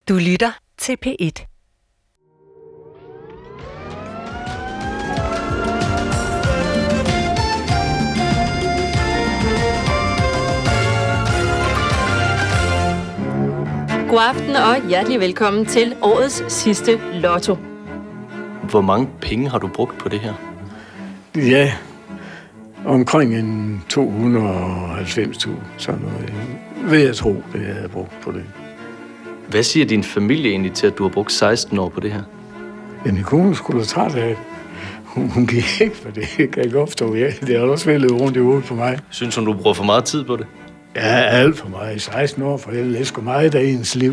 Du lytter til P1. God aften og hjertelig velkommen til årets sidste Lotto. Hvor mange penge har du brugt på det her? Ja, omkring en 290.000, sådan noget. Vil jeg tro, det jeg har brugt på det. Hvad siger din familie egentlig til, at du har brugt 16 år på det her? Ja, min kone skulle da træt af, hun gik ikke, for det kan jeg godt forstå. Ja, det har også været lidt rundt i hovedet på mig. Synes hun, du bruger for meget tid på det? Ja, alt for mig. 16 år, for jeg elsker meget af ens liv.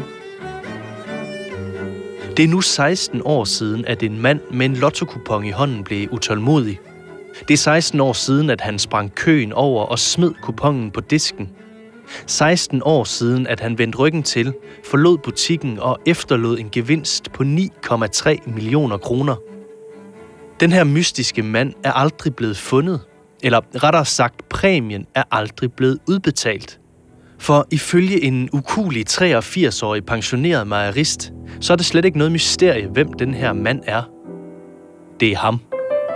Det er nu 16 år siden, at en mand med en lottokupon i hånden blev utålmodig. Det er 16 år siden, at han sprang køen over og smed kuponen på disken. 16 år siden, at han vendte ryggen til, forlod butikken og efterlod en gevinst på 9,3 millioner kroner. Den her mystiske mand er aldrig blevet fundet, eller rettere sagt, præmien er aldrig blevet udbetalt. For ifølge en ukuelig 83-årig pensioneret mejerist, så er det slet ikke noget mysterie, hvem den her mand er. Det er ham.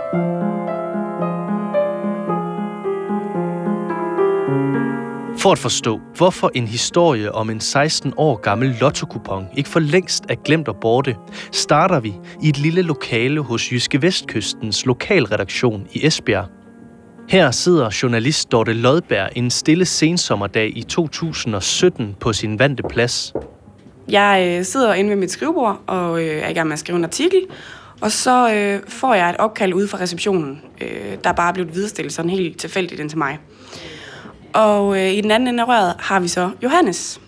For at forstå, hvorfor en historie om en 16 år gammel lottokupon ikke for længst er glemt og borte, starter vi i et lille lokale hos Jyske Vestkystens lokalredaktion i Esbjerg. Her sidder journalist Dorte Lodberg en stille sensommerdag i 2017 på sin vante plads. Jeg sidder inde ved mit skrivebord og er i gang med at skrive en artikel, og så får jeg et opkald ude fra receptionen, der er bare blevet viderestillet sådan helt tilfældigt ind til mig. Og i den anden ende af røret har vi så Johannes.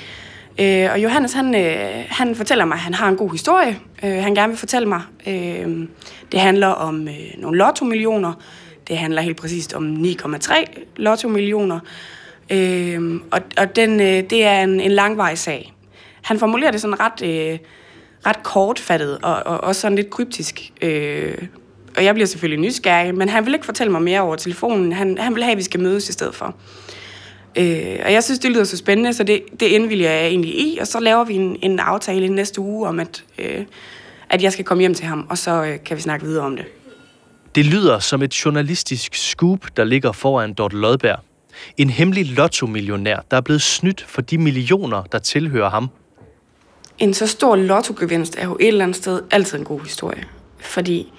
Og Johannes, han fortæller mig, at han har en god historie. Han gerne vil fortælle mig. Det handler om nogle lottomillioner. Det handler helt præcist om 9,3 lottomillioner. Og det er en langvarig sag. Han formulerer det sådan ret kortfattet og også sådan lidt kryptisk. Og jeg bliver selvfølgelig nysgerrig, men han vil ikke fortælle mig mere over telefonen. Han vil have, at vi skal mødes i stedet for. Og jeg synes, det lyder så spændende, så det indvilliger jeg egentlig i. Og så laver vi en aftale i næste uge om, at jeg skal komme hjem til ham, og så kan vi snakke videre om det. Det lyder som et journalistisk scoop, der ligger foran Dorte Lodberg. En hemmelig lottomillionær, der er blevet snydt for de millioner, der tilhører ham. En så stor lottogevinst er jo et eller andet sted altid en god historie. Fordi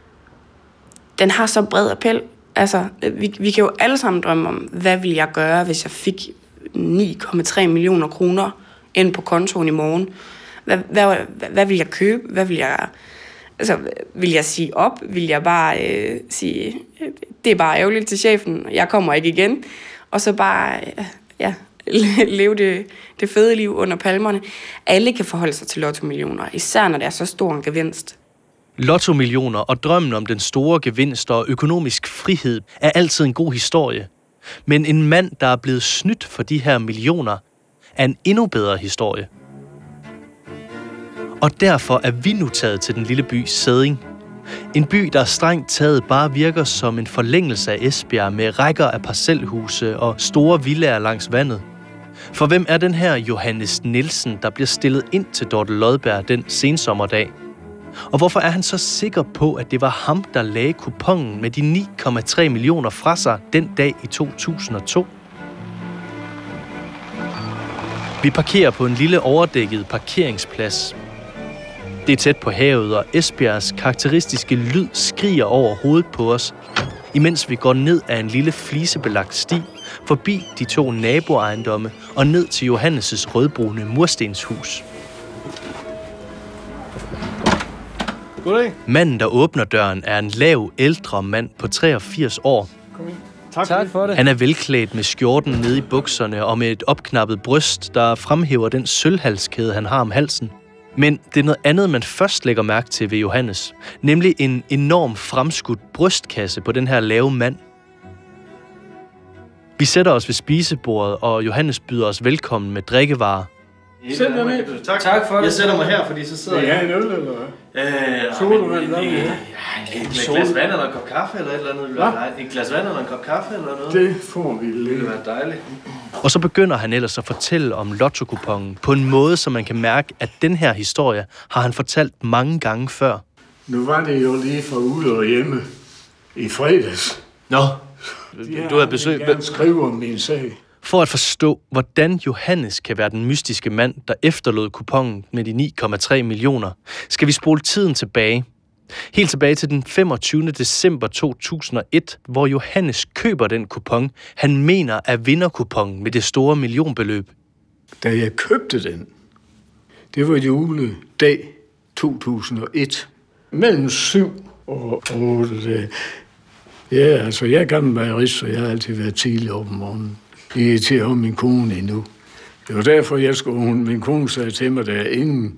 den har så bred appel. Altså, vi kan jo alle sammen drømme om, hvad ville jeg gøre, hvis jeg fik 9,3 millioner kroner ind på kontoen i morgen? Hvad vil jeg købe? Hvad vil jeg... Altså, vil jeg sige op? Vil jeg bare sige, det er bare ærgerligt til chefen, jeg kommer ikke igen? Og så bare, leve det fede liv under palmerne. Alle kan forholde sig til lottomillioner, især når det er så stor en gevinst. Lottomillioner og drømmen om den store gevinst og økonomisk frihed er altid en god historie. Men en mand, der er blevet snydt for de her millioner, er en endnu bedre historie. Og derfor er vi nu taget til den lille by Sædding. En by, der strengt taget bare virker som en forlængelse af Esbjerg med rækker af parcelhuse og store villaer langs vandet. For hvem er den her Johannes Nielsen, der bliver stillet ind til Dorte Lodberg den sensommerdag? Og hvorfor er han så sikker på, at det var ham, der lagde kuponen med de 9,3 millioner fra sig den dag i 2002? Vi parkerer på en lille overdækket parkeringsplads. Det er tæt på havet, og Esbjergs karakteristiske lyd skriger over hovedet på os, imens vi går ned ad en lille flisebelagt sti, forbi de 2 naboejendomme og ned til Johannes' rødbrune murstenshus. Goddag. Manden, der åbner døren, er en lav, ældre mand på 83 år. Tak for det. Han er velklædt med skjorten nede i bukserne og med et opknappet bryst, der fremhæver den sølvhalskæde, han har om halsen. Men det er noget andet, man først lægger mærke til ved Johannes, nemlig en enorm fremskudt brystkasse på den her lave mand. Vi sætter os ved spisebordet, og Johannes byder os velkommen med drikkevarer. Sæt dig ned. Tak for det. Jeg sætter mig her, fordi så sidder jeg. Ja, en øl, eller hvad? Sodavand, hvad vil jeg? Et glas vand eller en kop kaffe eller et eller andet. Hvad? Et glas vand eller en kop kaffe eller noget. Det får vi lidt. Det ville være dejligt. Og så begynder han ellers at fortælle om lottokupongen på en måde, så man kan mærke, at den her historie har han fortalt mange gange før. Nu var det jo lige fra ude og hjemme i fredags. Nå, du havde besøg. Jeg vil gerne skrive om min sag. For at forstå, hvordan Johannes kan være den mystiske mand, der efterlod kupongen med de 9,3 millioner, skal vi spole tiden tilbage. Helt tilbage til den 25. december 2001, hvor Johannes køber den kupon, han mener er vinderkuponen med det store millionbeløb. Da jeg købte den, det var juledag 2001. Mellem 7 og 8 dage. Ja, altså jeg er gammel mejerist, så jeg har altid været tidlig op om morgenen. Jeg irriterer om min kone endnu. Det var derfor, min kone sagde til mig, der er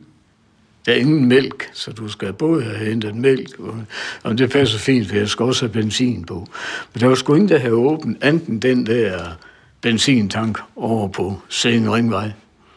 ingen mælk, så du skal både have hentet mælk, og det passer fint, for jeg skal også have benzin på. Men der var sgu ingen, der havde åbent, enten den der benzintank over på Sæding Ringvej.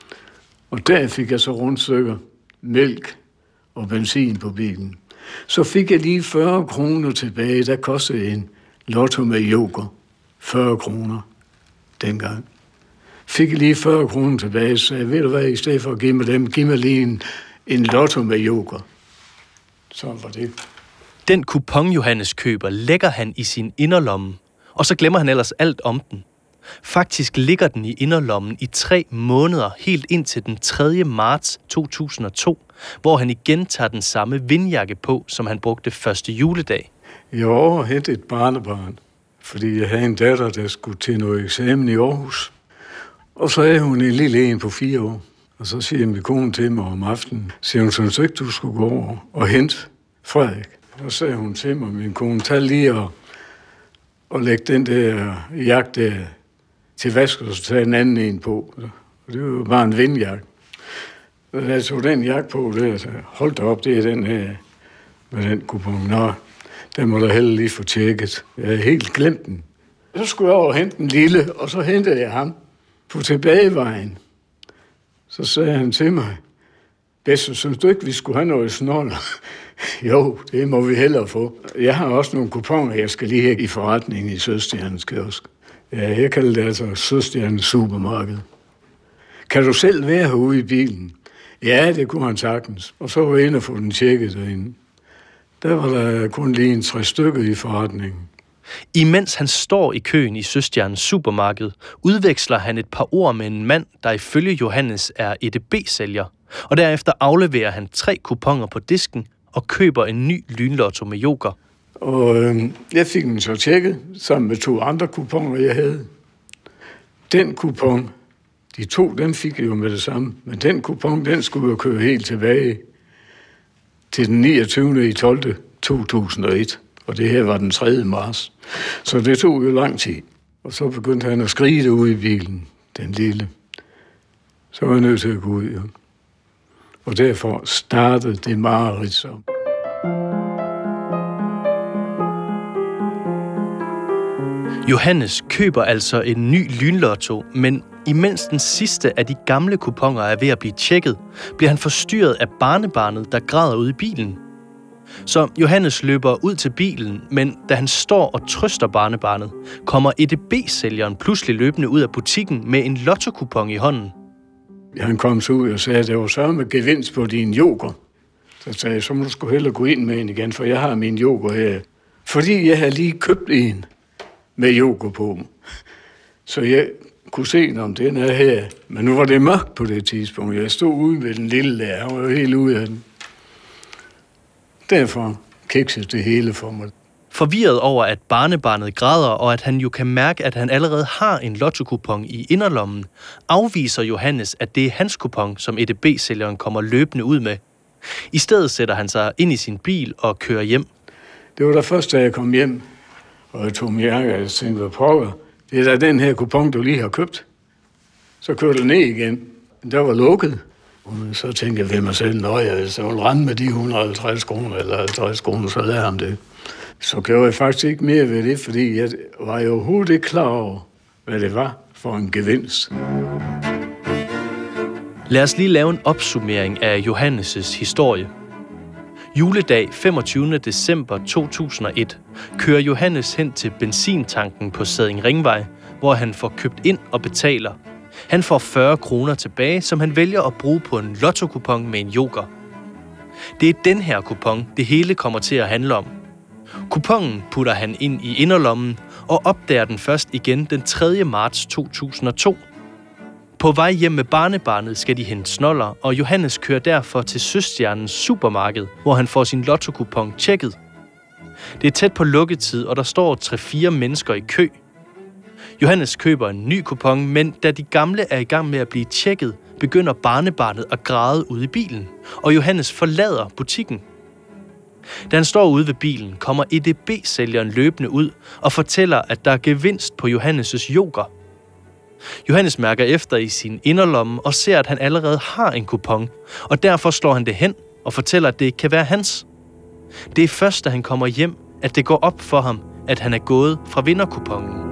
Og der fik jeg så rundstykker mælk og benzin på bilen. Så fik jeg lige 40 kroner tilbage, der kostede en lotto med joker. 40 kroner dengang. Fik jeg lige 40 kroner tilbage, så jeg ved du hvad, i stedet for at give mig dem, giv mig lige en lotto med joker. Sådan var det. Den kupon, Johannes køber, lægger han i sin inderlomme, og så glemmer han ellers alt om den. Faktisk ligger den i inderlommen i 3 måneder, helt indtil den 3. marts 2002, hvor han igen tager den samme vindjakke på, som han brugte første juledag. Jeg overhentede et barnebarn, fordi jeg havde en datter, der skulle til noget eksamen i Aarhus. Og så er hun en lille en på 4 år. Og så siger min kone til mig om aftenen, siger hun, synes ikke, du skulle gå over og hente Frederik. Og så sagde hun til mig, min kone, tag lige og læg den der jakke der til vask, og så tage en anden en på. Og det var jo bare en vindjakke. Og da jeg tog den jakke på, så holdt det op, det er den her med den kupon. Nå, den må da heller lige få tjekket. Jeg havde helt glemt den. Så skulle jeg over og hente den lille, og så hentede jeg ham på tilbagevejen. Så sagde han til mig, bedste, synes du ikke, vi skulle have noget snoller? Jo, det må vi hellere få. Jeg har også nogle kuponer, jeg skal lige have i forretningen i Sydstjernens kiosk. Ja, jeg kalder det altså Sydstjernens supermarked. Kan du selv være herude i bilen? Ja, det kunne han sagtens. Og så var jeg inde og få den tjekket derinde. Der var der kun lige 3 stykker i forretningen. Imens han står i køen i Sydstjernens supermarked, udveksler han et par ord med en mand, der ifølge Johannes er EDB-sælger. Og derefter afleverer han 3 kuponer på disken og køber en ny lynlotto med joker. Og jeg fik den så tjekket sammen med 2 andre kuponer, jeg havde. Den kupon, de 2, den fik jeg jo med det samme. Men den kupon, den skulle jo køre helt tilbage til den 29. i 12. 2001. Og det her var den 3. marts. Så det tog jo lang tid. Og så begyndte han at skrige det ude i bilen, den lille. Så var jeg nødt til at gå ud, ja. Og derfor startede det mareridt så. Johannes køber altså en ny lynlotto, men imens den sidste af de gamle kuponer er ved at blive tjekket, bliver han forstyrret af barnebarnet, der græder ude i bilen. Så Johannes løber ud til bilen, men da han står og trøster barnebarnet, kommer EDB-sælgeren pludselig løbende ud af butikken med en lottokupon i hånden. Han kom så ud og sagde, at det var så med gevinst på din joker. Så sagde jeg, så må du sgu hellere gå ind med en igen, for jeg har min joker her. Fordi jeg havde lige købt en med joker på. Så jeg kunne se, om den er her. Men nu var det mørkt på det tidspunkt. Jeg stod ude med den lille der, jeg var jo helt ude af den. Derfor kiksede det hele for mig. Forvirret over, at barnebarnet græder, og at han jo kan mærke, at han allerede har en lottokupon i inderlommen, afviser Johannes, at det er hans kupon, som EDB-sælgeren kommer løbende ud med. I stedet sætter han sig ind i sin bil og kører hjem. Det var da først, da jeg kom hjem, og jeg tog min jakke, og jeg tænkte, hvad pokker, det er da den her kupon, du lige har købt. Så kørte jeg ned igen. Der var lukket. Og så tænkte jeg ved mig selv, så vil ramme med de 150 kroner eller 50 kroner, så lader ham det. Så gjorde jeg faktisk ikke mere ved det, fordi jeg var jo overhovedet ikke klar over, hvad det var for en gevinst. Lad os lige lave en opsummering af Johannes' historie. Juledag 25. december 2001 kører Johannes hen til benzintanken på Sading Ringvej, hvor han får købt ind og betaler. Han får 40 kroner tilbage, som han vælger at bruge på en lottokupon med en joker. Det er den her kupon, det hele kommer til at handle om. Kuponen putter han ind i inderlommen og opdager den først igen den 3. marts 2002. På vej hjem med barnebarnet skal de hente snoller, og Johannes kører derfor til Søstjernens supermarked, hvor han får sin lottokupon tjekket. Det er tæt på lukketid, og der står 3-4 mennesker i kø. Johannes køber en ny kupon, men da de gamle er i gang med at blive tjekket, begynder barnebarnet at græde ude i bilen, og Johannes forlader butikken. Da han står ude ved bilen, kommer EDB-sælgeren løbende ud og fortæller, at der er gevinst på Johannes' joker. Johannes mærker efter i sin inderlomme og ser, at han allerede har en kupon, og derfor slår han det hen og fortæller, at det kan være hans. Det er først, da han kommer hjem, at det går op for ham, at han er gået fra vinderkuponen.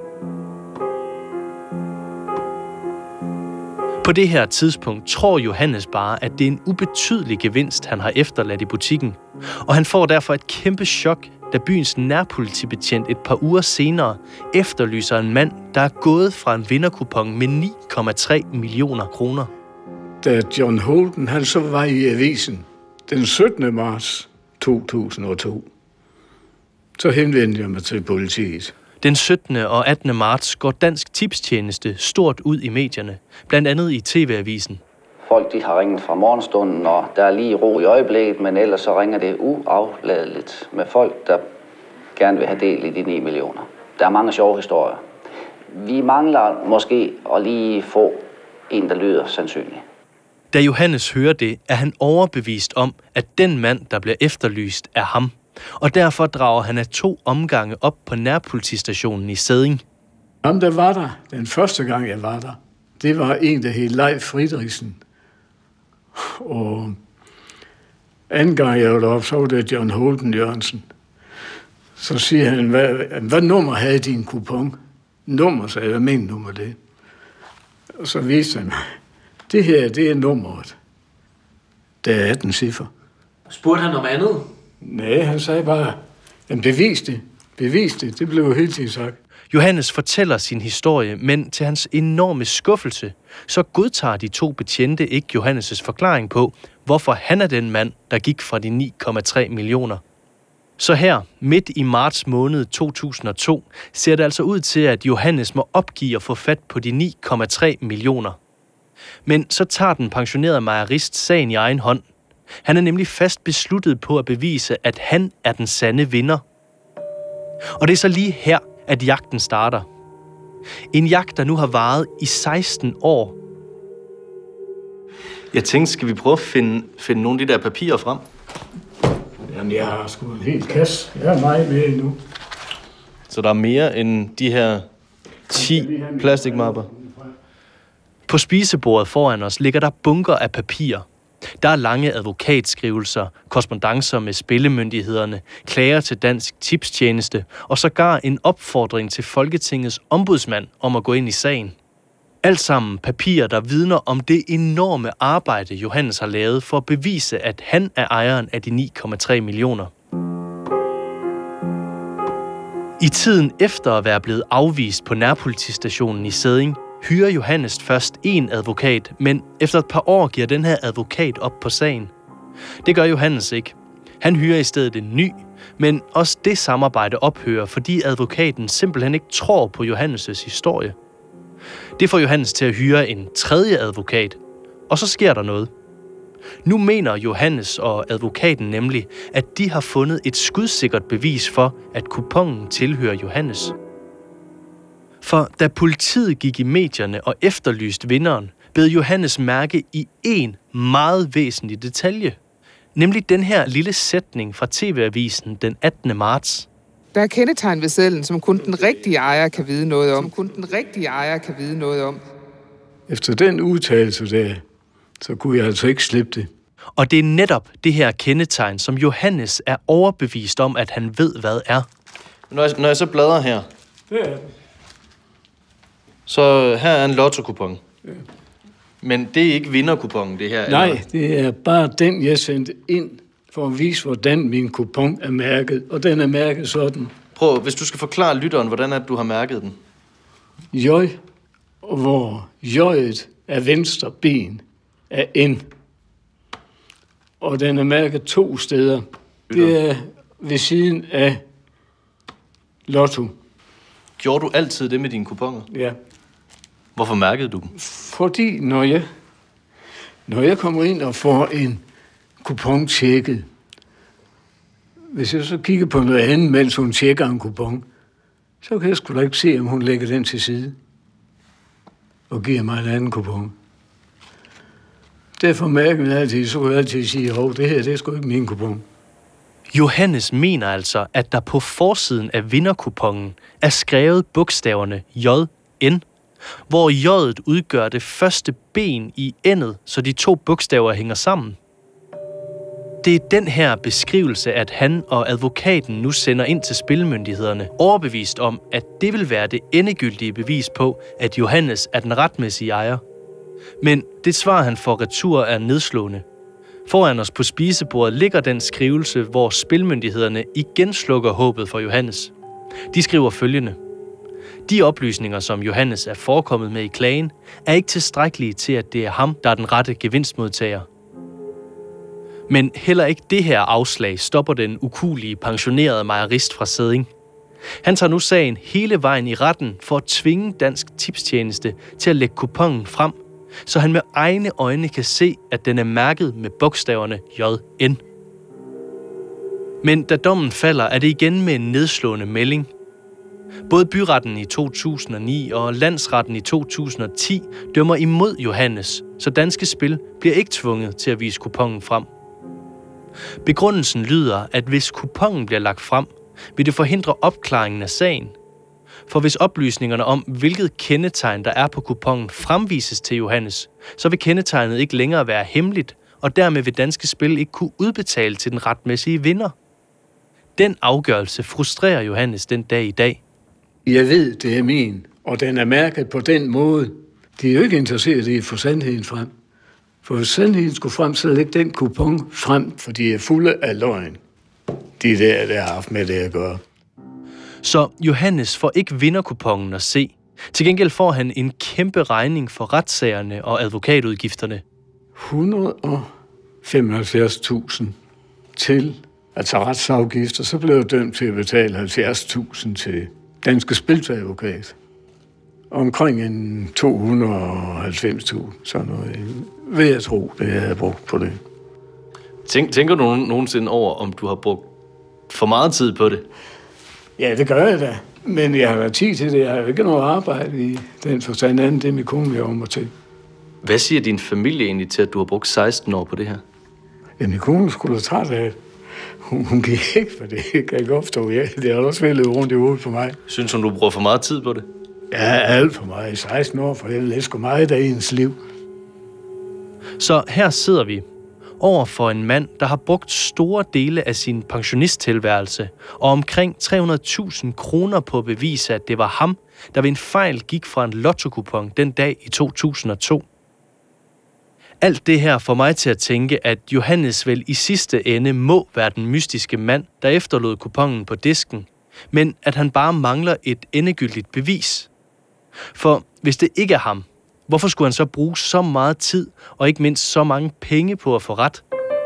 På det her tidspunkt tror Johannes bare, at det er en ubetydelig gevinst, han har efterladt i butikken, og han får derfor et kæmpe chok, da byens nærpolitibetjent et par uger senere efterlyser en mand, der er gået fra en vinderkupon med 9,3 millioner kroner. Da John Holden han så var i avisen den 17. marts 2002, så henvendte jeg mig til politiet. Den 17. og 18. marts går Dansk Tipstjeneste stort ud i medierne, blandt andet i TV-avisen. Folk de har ringet fra morgenstunden, og der er lige ro i øjeblikket, men ellers så ringer det uafladeligt med folk, der gerne vil have del i de 9 millioner. Der er mange sjove historier. Vi mangler måske at lige få en, der lyder sandsynlig. Da Johannes hører det, er han overbevist om, at den mand, der bliver efterlyst, er ham. Og derfor drager han af 2 omgange op på nærpolitistationen i Sading. Ham, der var der, den første gang jeg var der, det var en, der hed Leif Friedrichsen. Og anden gang jeg var deroppe, så var det John Holden Jørgensen. Så siger han, hvad nummer havde din kupon? Nummer, sagde jeg, hvad mener nummer det? Og så viste han mig, det her, det er nummeret. Der er 18 cifre. Spurgte han om andet? Nej, han sagde bare, jamen bevis det, det blev helt tiden sagt. Johannes fortæller sin historie, men til hans enorme skuffelse, så godtager de 2 betjente ikke Johannes' forklaring på, hvorfor han er den mand, der gik fra de 9,3 millioner. Så her, midt i marts måned 2002, ser det altså ud til, at Johannes må opgive at få fat på de 9,3 millioner. Men så tager den pensionerede mejerist sagen i egen hånd. Han er nemlig fast besluttet på at bevise, at han er den sande vinder. Og det er så lige her, at jagten starter. En jagt, der nu har varet i 16 år. Jeg tænkte, skal vi prøve at finde nogle af de der papirer frem? Jamen, jeg har sgu en hel kasse. Jeg er meget med endnu. Så der er mere end de her 10 plastikmapper. På spisebordet foran os ligger der bunker af papirer. Der er lange advokatskrivelser, korrespondancer med spillemyndighederne, klager til Dansk Tipstjeneste og sågar en opfordring til Folketingets ombudsmand om at gå ind i sagen. Alt sammen papirer, der vidner om det enorme arbejde, Johannes har lavet for at bevise, at han er ejeren af de 9,3 millioner. I tiden efter at være blevet afvist på nærpolitistationen i Sading, hyrer Johannes først en advokat, men efter et par år giver den her advokat op på sagen. Det gør Johannes ikke. Han hyrer i stedet en ny, men også det samarbejde ophører, fordi advokaten simpelthen ikke tror på Johannes' historie. Det får Johannes til at hyre en tredje advokat, og så sker der noget. Nu mener Johannes og advokaten nemlig, at de har fundet et skudsikkert bevis for, at kuponen tilhører Johannes. For da politiet gik i medierne og efterlyste vinderen, bed Johannes mærke i en meget væsentlig detalje. Nemlig den her lille sætning fra TV-avisen den 18. marts. Der er kendetegn ved sedlen, som kun den rigtige ejer kan vide noget om. Efter den udtalelse der, så kunne jeg altså ikke slippe det. Og det er netop det her kendetegn, som Johannes er overbevist om, at han ved, hvad er. Når jeg så bladrer her, Det er det. så her er en lottokupon. Ja. Men det er ikke vinderkuponen, det her? Nej, eller? det er bare den, jeg sendte ind for at vise, hvordan min kupon er mærket. Og den er mærket sådan. Prøv, hvis du skal forklare lytteren, hvordan er det, du har mærket den? J, hvor J'et er venstre ben af N. Og den er mærket 2 steder. Det er ved siden af Lotto. Gjorde du altid det med dine kuponer? Ja. Hvorfor mærkede du dem? Fordi når jeg kommer ind og får en kupon tjekket, hvis jeg så kigger på noget andet, mens hun tjekker en kupon, så kan jeg sgu da ikke se, om hun lægger den til side og giver mig en anden kupon. Derfor mærker jeg altid, så kan jeg altid sige, hov, det her, det er sgu ikke min kupon. Johannes mener altså, at der på forsiden af vinderkuponen er skrevet bogstaverne JN, hvor J'et udgør det første ben i N'et, så de 2 bogstaver hænger sammen. Det er den her beskrivelse, at han og advokaten nu sender ind til spillemyndighederne, overbevist om, at det vil være det endegyldige bevis på, at Johannes er den retmæssige ejer. Men det svar, han får retur, er nedslående. Foran os på spisebordet ligger den skrivelse, hvor spilmyndighederne igen slukker håbet for Johannes. De skriver følgende: de oplysninger, som Johannes er forekommet med i klagen, er ikke tilstrækkelige til, at det er ham, der er den rette gevinstmodtager. Men heller ikke det her afslag stopper den ukuelige pensionerede mejerist fra Sædding. Han tager nu sagen hele vejen i retten for at tvinge Dansk Tipstjeneste til at lægge kuponen frem, så han med egne øjne kan se, at den er mærket med bogstaverne JN. Men da dommen falder, er det igen med en nedslående melding. Både byretten i 2009 og landsretten i 2010 dømmer imod Johannes, så Danske Spil bliver ikke tvunget til at vise kuponen frem. Begrundelsen lyder, at hvis kuponen bliver lagt frem, vil det forhindre opklaringen af sagen. For hvis oplysningerne om, hvilket kendetegn der er på kuponen, fremvises til Johannes, så vil kendetegnet ikke længere være hemmeligt, og dermed vil Danske Spil ikke kunne udbetale til den retmæssige vinder. Den afgørelse frustrerer Johannes den dag i dag. Jeg ved, det er min, og den er mærket på den måde. De er jo ikke interesseret i at få sandheden frem. For hvis sandheden skulle frem, så læg den kupon frem, for de er fulde af løgn. De der har haft med det at gøre. Så Johannes får ikke vinderkuponen at se. Til gengæld får han en kæmpe regning for retssagerne og advokatudgifterne. 175.000 til at tage retsafgifter, så blev jeg dømt til at betale 70.000 til Danske Spilsadvokat. Omkring en 290.000, sådan noget. Vil jeg tro, det jeg havde brugt på det. Tænker du nogensinde over, om du har brugt for meget tid på det? Ja, det gør jeg da. Men jeg har været tid til det. Jeg har ikke noget arbejde i den forstand anden, det min kone vil om mig til. Hvad siger din familie egentlig til, at du har brugt 16 år på det her? Ja, min kone skulle da træt af. Hun gik ikke, for det kan jeg godt forstå. Ja, det har også været lidt rundt i hovedet for mig. Synes hun, du bruger for meget tid på det? Ja, alt for mig. I 16 år, for jeg sgu meget af ens liv. Så her sidder vi over for en mand, der har brugt store dele af sin pensionisttilværelse og omkring 300.000 kroner på at bevise, at det var ham, der ved en fejl gik fra en lottokupon den dag i 2002. Alt det her får mig til at tænke, at Johannes vel i sidste ende må være den mystiske mand, der efterlod kuponen på disken, men at han bare mangler et endegyldigt bevis. For hvis det ikke er ham, hvorfor skulle han så bruge så meget tid og ikke mindst så mange penge på at få ret?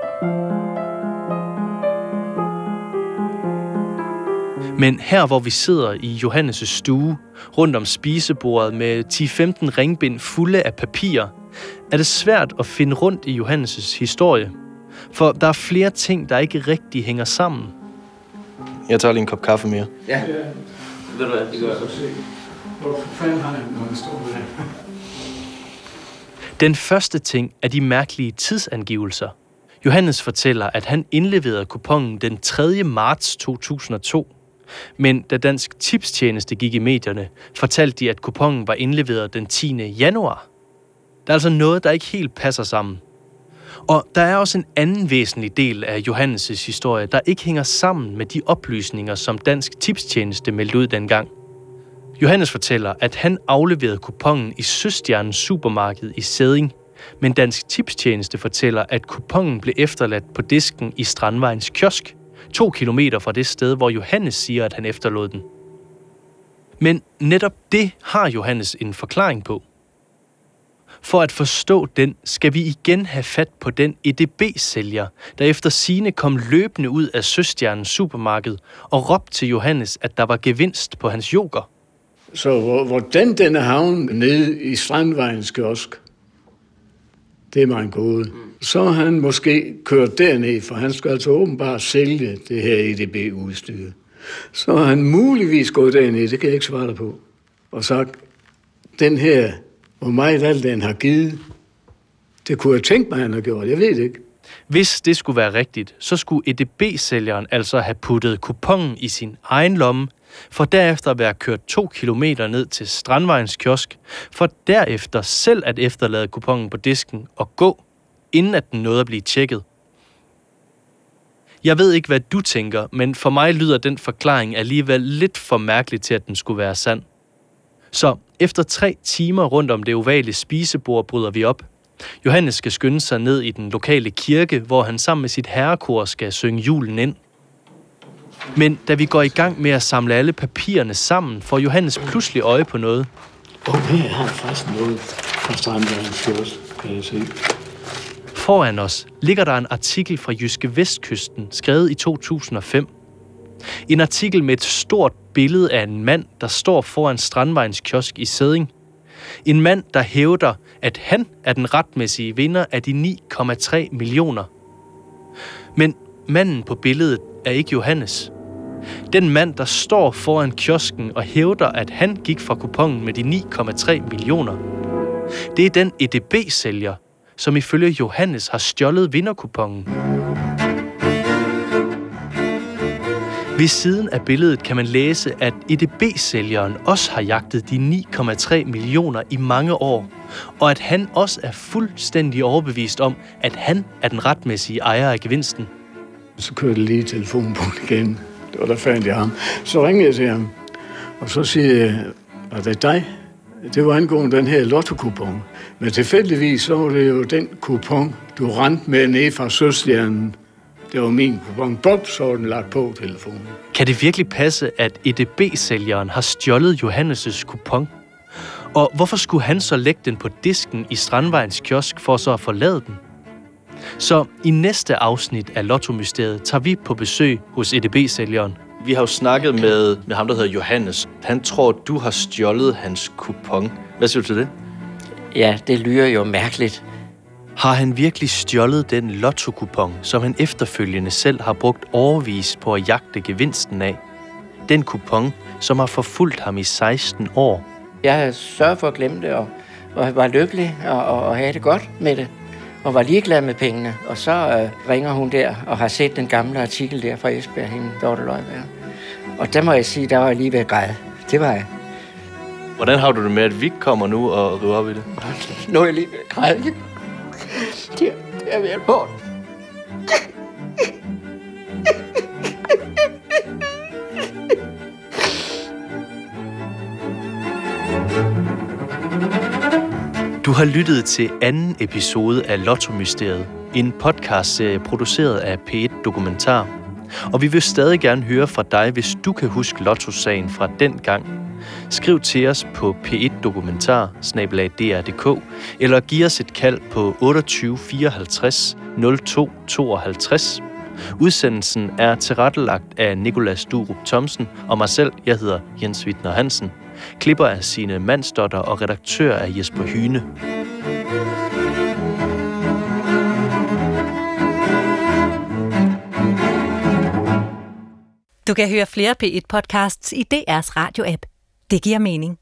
Men her, hvor vi sidder i Johannes' stue, rundt om spisebordet med 10-15 ringbind fulde af papirer, er det svært at finde rundt i Johannes' historie. For der er flere ting, der ikke rigtig hænger sammen. Jeg tager lige en kop kaffe mere. Ja. Ved du hvad? Det gør jeg. Hvorfor fanden har jeg, når jeg står der? Den første ting er de mærkelige tidsangivelser. Johannes fortæller, at han indleverede kuponen den 3. marts 2002. Men da Dansk Tipstjeneste gik i medierne, fortalte de, at kuponen var indleveret den 10. januar. Der er altså noget, der ikke helt passer sammen. Og der er også en anden væsentlig del af Johannes' historie, der ikke hænger sammen med de oplysninger, som Dansk Tipstjeneste meldte ud dengang. Johannes fortæller, at han afleverede kuponen i Søstjernens supermarked i Sædding Men Dansk Tipstjeneste fortæller, at kuponen blev efterladt på disken i Strandvejens kiosk, 2 kilometer fra det sted, hvor Johannes siger, at han efterlod den. Men netop det har Johannes en forklaring på. For at forstå den, skal vi igen have fat på den EDB-sælger, der efter sigende kom løbende ud af Søstjernens supermarked og råbte til Johannes, at der var gevinst på hans yoghurt. Så hvordan den er havnet nede i Strandvejens kiosk, det er mig en gåde. Så har han måske kørt derned, for han skal altså åbenbart sælge det her EDB-udstyr. Så har han muligvis gået derned, det kan jeg ikke svare dig på, og sagt, den her, hvor meget alt den har givet, det kunne jeg tænke mig, han har gjort, jeg ved det ikke. Hvis det skulle være rigtigt, så skulle EDB-sælgeren altså have puttet kuponen i sin egen lomme, for derefter at være kørt 2 kilometer ned til Strandvejens kiosk, for derefter selv at efterlade kuponen på disken og gå, inden at den nåede at blive tjekket. Jeg ved ikke, hvad du tænker, men for mig lyder den forklaring alligevel lidt for mærkelig til, at den skulle være sand. Så efter 3 timer rundt om det ovale spisebord bryder vi op. Johannes skal skynde sig ned i den lokale kirke, hvor han sammen med sit herrekor skal synge julen ind. Men da vi går i gang med at samle alle papirerne sammen, får Johannes pludselig øje på noget. Okay, jeg har faktisk noget fra Strandvejens kiosk, kan jeg se. Foran os ligger der en artikel fra Jyske Vestkysten, skrevet i 2005. En artikel med et stort billede af en mand, der står foran Strandvejens kiosk i Sædding. En mand, der hævder, at han er den retmæssige vinder af de 9,3 millioner. Men manden på billedet er ikke Johannes. Den mand, der står foran kiosken og hævder, at han gik fra kuponen med de 9,3 millioner. Det er den EDB-sælger, som ifølge Johannes har stjålet vinderkuponen. Ved siden af billedet kan man læse, at EDB-sælgeren også har jagtet de 9,3 millioner i mange år, og at han også er fuldstændig overbevist om, at han er den retmæssige ejer af gevinsten. Så kørte jeg lige telefonen på igen. Det var der fandt jeg ham. Så ringede jeg til ham, og så siger jeg, er det dig? Det var angående den her lottokupon. Men tilfældigvis så var det jo den kupon, du rendte med ned fra Søstjernen. Det var min kupon. Bob, så var den lagt på telefonen. Kan det virkelig passe, at EDB-sælgeren har stjålet Johannes' kupon? Og hvorfor skulle han så lægge den på disken i Strandvejens kiosk for så at forlade den? Så i næste afsnit af Lotto-mysteriet tager vi på besøg hos EDB-sælgeren. Vi har jo snakket med ham, der hedder Johannes. Han tror, du har stjålet hans kupon. Hvad siger du til det? Ja, det lyder jo mærkeligt. Har han virkelig stjålet den lottokupon, som han efterfølgende selv har brugt årevis på at jagte gevinsten af? Den kupon, som har forfulgt ham i 16 år. Jeg sørgede for at glemme det, og var lykkelig og havde det godt med det. Og var ligeglad med pengene. Og så ringer hun der og har set den gamle artikel der fra Esbjerg, hende Dorte Løjberg. Og der må jeg sige, der var jeg lige ved at græde. Det var jeg. Hvordan har du det med, at vi kommer nu og river op i det? Nu er jeg lige ved at græde. Det er ved at hårdt. Du har lyttet til anden episode af Lotto-mysteriet, en podcastserie produceret af P1 Dokumentar. Og vi vil stadig gerne høre fra dig, hvis du kan huske Lotto-sagen fra den gang. Skriv til os på p1dokumentar@dr.dk eller giv os et kald på 28 54 02 52. Udsendelsen er tilrettelagt af Nicolas Durup Thomsen og mig selv, jeg hedder Jens Wittner Hansen. Klipper af Signe Mandsdotter og redaktør af Jesper Hyne. Du kan høre flere P1-podcasts i DR's radio-app. Det giver mening.